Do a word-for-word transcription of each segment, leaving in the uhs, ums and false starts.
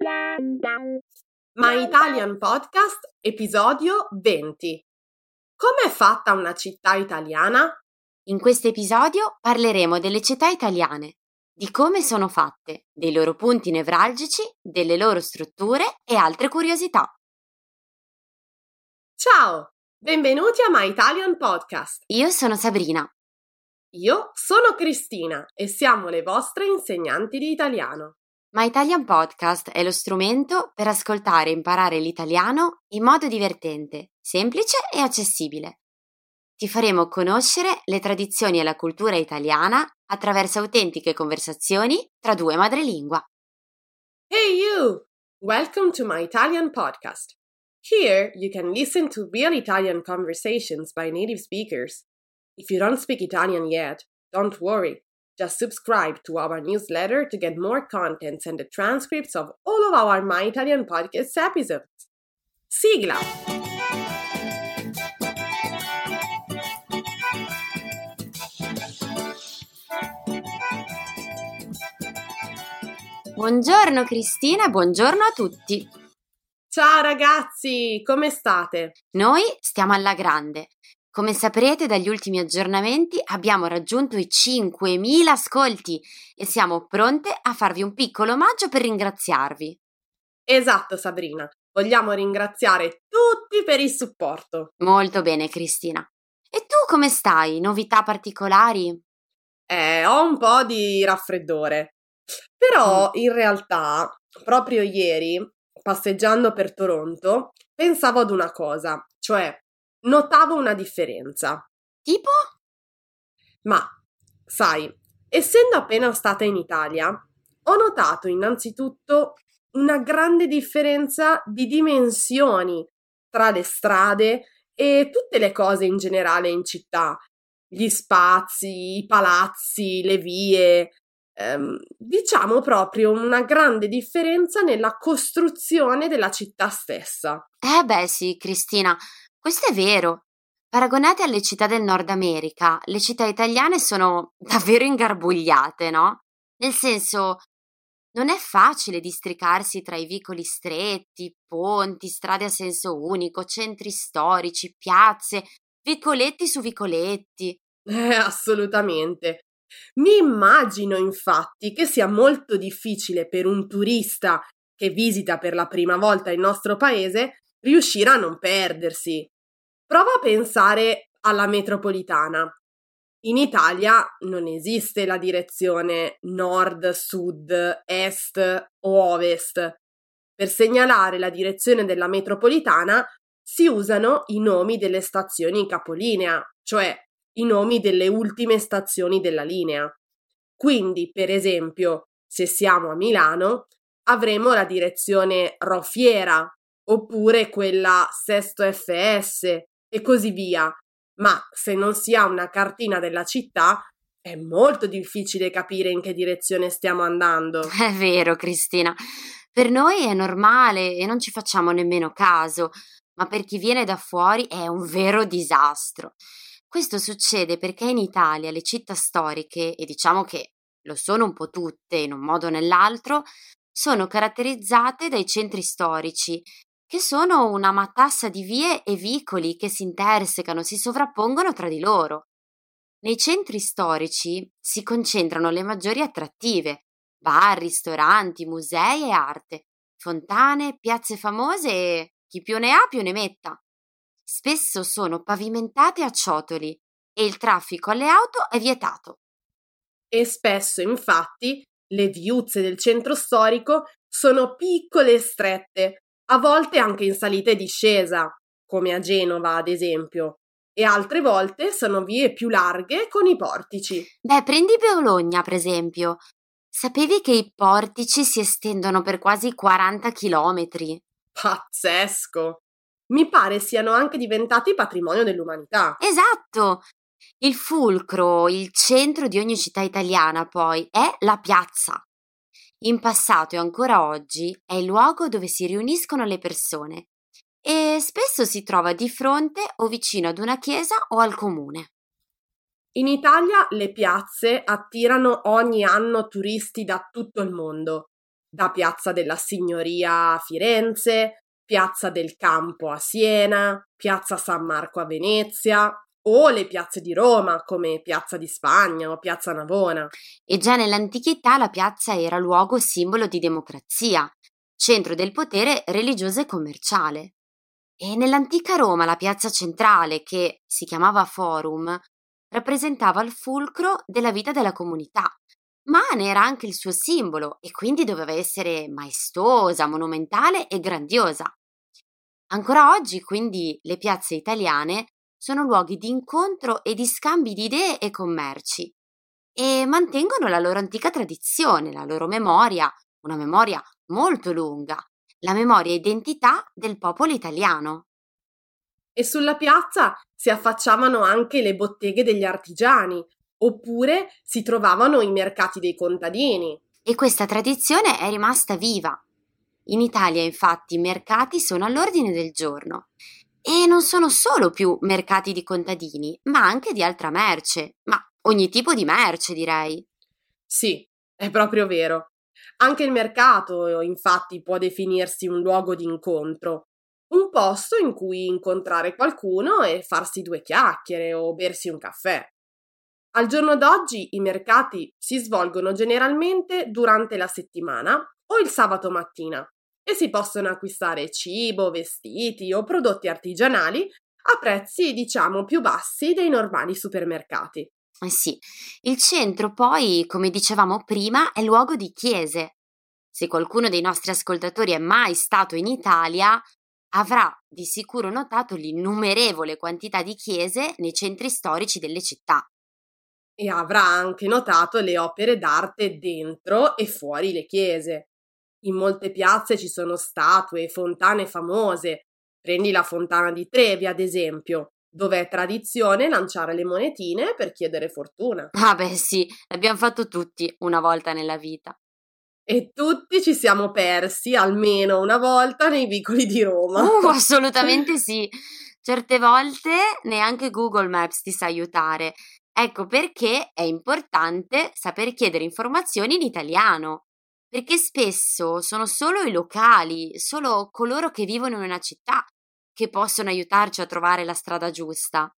My Italian Podcast, episodio venti. Com'è fatta una città italiana? In questo episodio parleremo delle città italiane, di come sono fatte, dei loro punti nevralgici, delle loro strutture e altre curiosità. Ciao, benvenuti a My Italian Podcast. Io sono Sabrina. Io sono Cristina e siamo le vostre insegnanti di italiano. My Italian Podcast è lo strumento per ascoltare e imparare l'italiano in modo divertente, semplice e accessibile. Ti faremo conoscere le tradizioni e la cultura italiana attraverso autentiche conversazioni tra due madrelingua. Hey you! Welcome to My Italian Podcast. Here you can listen to real Italian conversations by native speakers. If you don't speak Italian yet, don't worry. Just subscribe to our newsletter to get more contents and the transcripts of all of our My Italian Podcast episodes. Sigla! Buongiorno Cristina, buongiorno a tutti. Ciao ragazzi, come state? Noi stiamo alla grande. Come saprete dagli ultimi aggiornamenti abbiamo raggiunto i cinquemila ascolti e siamo pronte a farvi un piccolo omaggio per ringraziarvi. Esatto Sabrina, vogliamo ringraziare tutti per il supporto. Molto bene Cristina. E tu come stai? Novità particolari? Eh, ho un po' di raffreddore, però mm. in realtà proprio ieri, passeggiando per Toronto, pensavo ad una cosa, cioè notavo una differenza. Tipo? Ma, sai, essendo appena stata in Italia, ho notato innanzitutto una grande differenza di dimensioni tra le strade e tutte le cose in generale in città. Gli spazi, i palazzi, le vie, ehm, diciamo proprio una grande differenza nella costruzione della città stessa. Eh beh sì, Cristina. Questo è vero. Paragonate alle città del Nord America, le città italiane sono davvero ingarbugliate, no? Nel senso, non è facile districarsi tra i vicoli stretti, ponti, strade a senso unico, centri storici, piazze, vicoletti su vicoletti. Eh, assolutamente. Mi immagino infatti che sia molto difficile per un turista che visita per la prima volta il nostro paese riuscire a non perdersi. Prova a pensare alla metropolitana. In Italia non esiste la direzione nord, sud, est o ovest. Per segnalare la direzione della metropolitana si usano i nomi delle stazioni capolinea, cioè i nomi delle ultime stazioni della linea. Quindi, per esempio, se siamo a Milano, avremo la direzione Rò-Fiera, oppure quella Sesto F S, e così via, ma se non si ha una cartina della città è molto difficile capire in che direzione stiamo andando. È vero, Cristina. Per noi è normale e non ci facciamo nemmeno caso, ma per chi viene da fuori è un vero disastro. Questo succede perché in Italia le città storiche, e diciamo che lo sono un po' tutte in un modo o nell'altro, sono caratterizzate dai centri storici, che sono una matassa di vie e vicoli che si intersecano, si sovrappongono tra di loro. Nei centri storici si concentrano le maggiori attrattive, bar, ristoranti, musei e arte, fontane, piazze famose e chi più ne ha più ne metta. Spesso sono pavimentate a ciottoli e il traffico alle auto è vietato. E spesso, infatti, le viuzze del centro storico sono piccole e strette, a volte anche in salita e discesa, come a Genova ad esempio, e altre volte sono vie più larghe con i portici. Beh, prendi Bologna per esempio. Sapevi che i portici si estendono per quasi quaranta chilometri? Pazzesco! Mi pare siano anche diventati patrimonio dell'umanità. Esatto! Il fulcro, il centro di ogni città italiana poi è la piazza. In passato e ancora oggi è il luogo dove si riuniscono le persone e spesso si trova di fronte o vicino ad una chiesa o al comune. In Italia le piazze attirano ogni anno turisti da tutto il mondo. da Piazza della Signoria a Firenze, Piazza del Campo a Siena, Piazza San Marco a Venezia o le piazze di Roma come Piazza di Spagna o Piazza Navona. E già nell'antichità la piazza era luogo simbolo di democrazia, centro del potere religioso e commerciale. E nell'antica Roma la piazza centrale, che si chiamava Forum, rappresentava il fulcro della vita della comunità, ma ne era anche il suo simbolo e quindi doveva essere maestosa, monumentale e grandiosa. Ancora oggi, quindi, le piazze italiane sono luoghi di incontro e di scambi di idee e commerci e mantengono la loro antica tradizione, la loro memoria, una memoria molto lunga, la memoria e identità del popolo italiano. E sulla piazza si affacciavano anche le botteghe degli artigiani, oppure si trovavano i mercati dei contadini. E questa tradizione è rimasta viva. In Italia, infatti, i mercati sono all'ordine del giorno. E non sono solo più mercati di contadini, ma anche di altra merce, ma ogni tipo di merce, direi. Sì, è proprio vero. Anche il mercato, infatti, può definirsi un luogo di incontro, un posto in cui incontrare qualcuno e farsi due chiacchiere o bersi un caffè. Al giorno d'oggi i mercati si svolgono generalmente durante la settimana o il sabato mattina e si possono acquistare cibo, vestiti o prodotti artigianali a prezzi, diciamo, più bassi dei normali supermercati. Eh sì, il centro poi, come dicevamo prima, è luogo di chiese. Se qualcuno dei nostri ascoltatori è mai stato in Italia, avrà di sicuro notato l'innumerevole quantità di chiese nei centri storici delle città. E avrà anche notato le opere d'arte dentro e fuori le chiese. In molte piazze ci sono statue e fontane famose. Prendi la fontana di Trevi, ad esempio, dove è tradizione lanciare le monetine per chiedere fortuna. Ah beh sì, l'abbiamo fatto tutti una volta nella vita. E tutti ci siamo persi almeno una volta nei vicoli di Roma. Uh, assolutamente sì. Certe volte neanche Google Maps ti sa aiutare. Ecco perché è importante saper chiedere informazioni in italiano, perché spesso sono solo i locali, solo coloro che vivono in una città che possono aiutarci a trovare la strada giusta.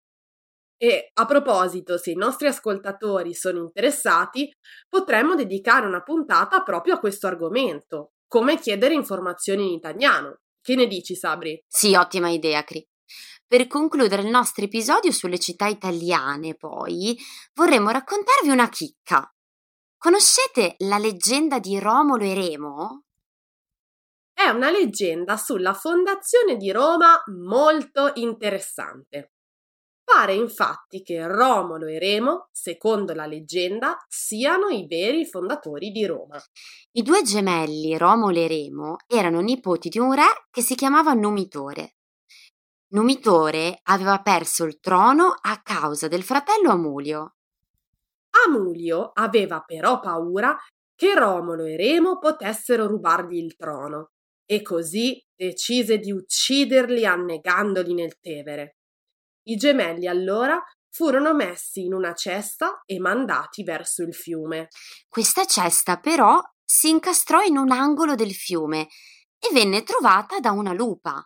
E a proposito, se i nostri ascoltatori sono interessati, potremmo dedicare una puntata proprio a questo argomento, come chiedere informazioni in italiano. Che ne dici, Sabri? Sì, ottima idea, Cri. Per concludere il nostro episodio sulle città italiane, poi, vorremmo raccontarvi una chicca. Conoscete la leggenda di Romolo e Remo? È una leggenda sulla fondazione di Roma molto interessante. Pare infatti che Romolo e Remo, secondo la leggenda, siano i veri fondatori di Roma. I due gemelli, Romolo e Remo, erano nipoti di un re che si chiamava Numitore. Numitore aveva perso il trono a causa del fratello Amulio. Amulio aveva però paura che Romolo e Remo potessero rubargli il trono e così decise di ucciderli annegandoli nel Tevere. I gemelli allora furono messi in una cesta e mandati verso il fiume. Questa cesta però si incastrò in un angolo del fiume e venne trovata da una lupa.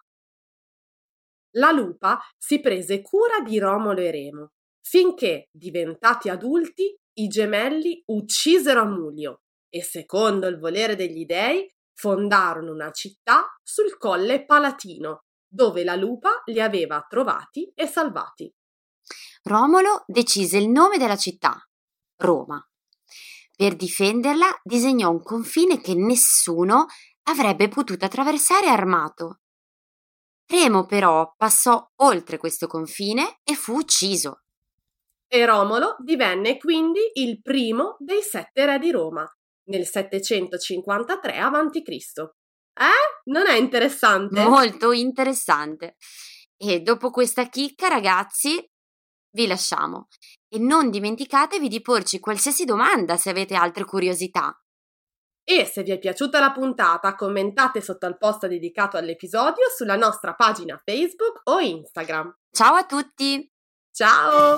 La lupa si prese cura di Romolo e Remo, finché, diventati adulti, i gemelli uccisero Amulio e, secondo il volere degli dei, fondarono una città sul colle Palatino, dove la lupa li aveva trovati e salvati. Romolo decise il nome della città, Roma. Per difenderla disegnò un confine che nessuno avrebbe potuto attraversare armato. Remo però passò oltre questo confine e fu ucciso. E Romolo divenne quindi il primo dei sette re di Roma, nel settecentocinquantatré avanti Cristo. Eh? Non è interessante? Molto interessante. E dopo questa chicca, ragazzi, vi lasciamo. E non dimenticatevi di porci qualsiasi domanda se avete altre curiosità. E se vi è piaciuta la puntata, commentate sotto al post dedicato all'episodio sulla nostra pagina Facebook o Instagram. Ciao a tutti! Ciao!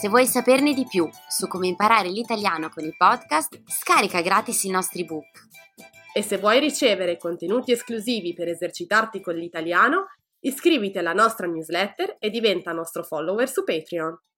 Se vuoi saperne di più su come imparare l'italiano con i podcast, scarica gratis il nostro ebook. E se vuoi ricevere contenuti esclusivi per esercitarti con l'italiano, iscriviti alla nostra newsletter e diventa nostro follower su Patreon.